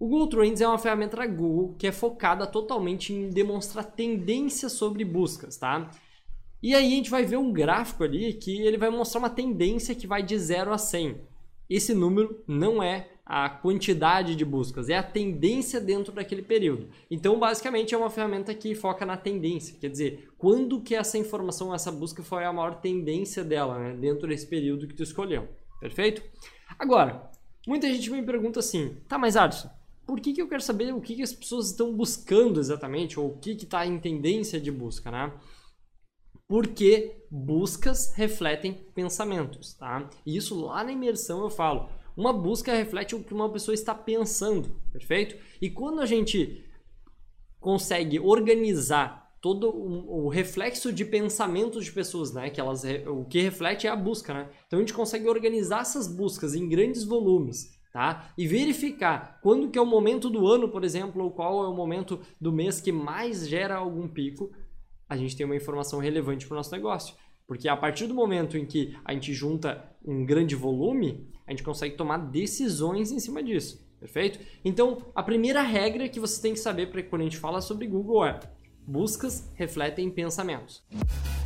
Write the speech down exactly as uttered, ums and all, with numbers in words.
O Google Trends é uma ferramenta da Google que é focada totalmente em demonstrar tendências sobre buscas, tá? E aí a gente vai ver um gráfico ali que ele vai mostrar uma tendência que vai de zero a cem. Esse número não é a quantidade de buscas, é a tendência dentro daquele período. Então, basicamente, é uma ferramenta que foca na tendência, quer dizer, quando que essa informação, essa busca foi a maior tendência dela, né, dentro desse período que tu escolheu, perfeito? Agora, muita gente me pergunta assim, tá, mas Alisson, por que que eu quero saber o que que as pessoas estão buscando exatamente, ou o que que está em tendência de busca, né? Porque buscas refletem pensamentos, tá? E isso lá na imersão eu falo. Uma busca reflete o que uma pessoa está pensando, perfeito? E quando a gente consegue organizar todo o, o reflexo de pensamentos de pessoas, né? Que elas, o que reflete é a busca, né? Então a gente consegue organizar essas buscas em grandes volumes, tá? E verificar quando que é o momento do ano, por exemplo, ou qual é o momento do mês que mais gera algum pico, a gente tem uma informação relevante para o nosso negócio. Porque a partir do momento em que a gente junta um grande volume, a gente consegue tomar decisões em cima disso, perfeito? Então, a primeira regra que você tem que saber para quando a gente fala sobre Google é: buscas refletem pensamentos.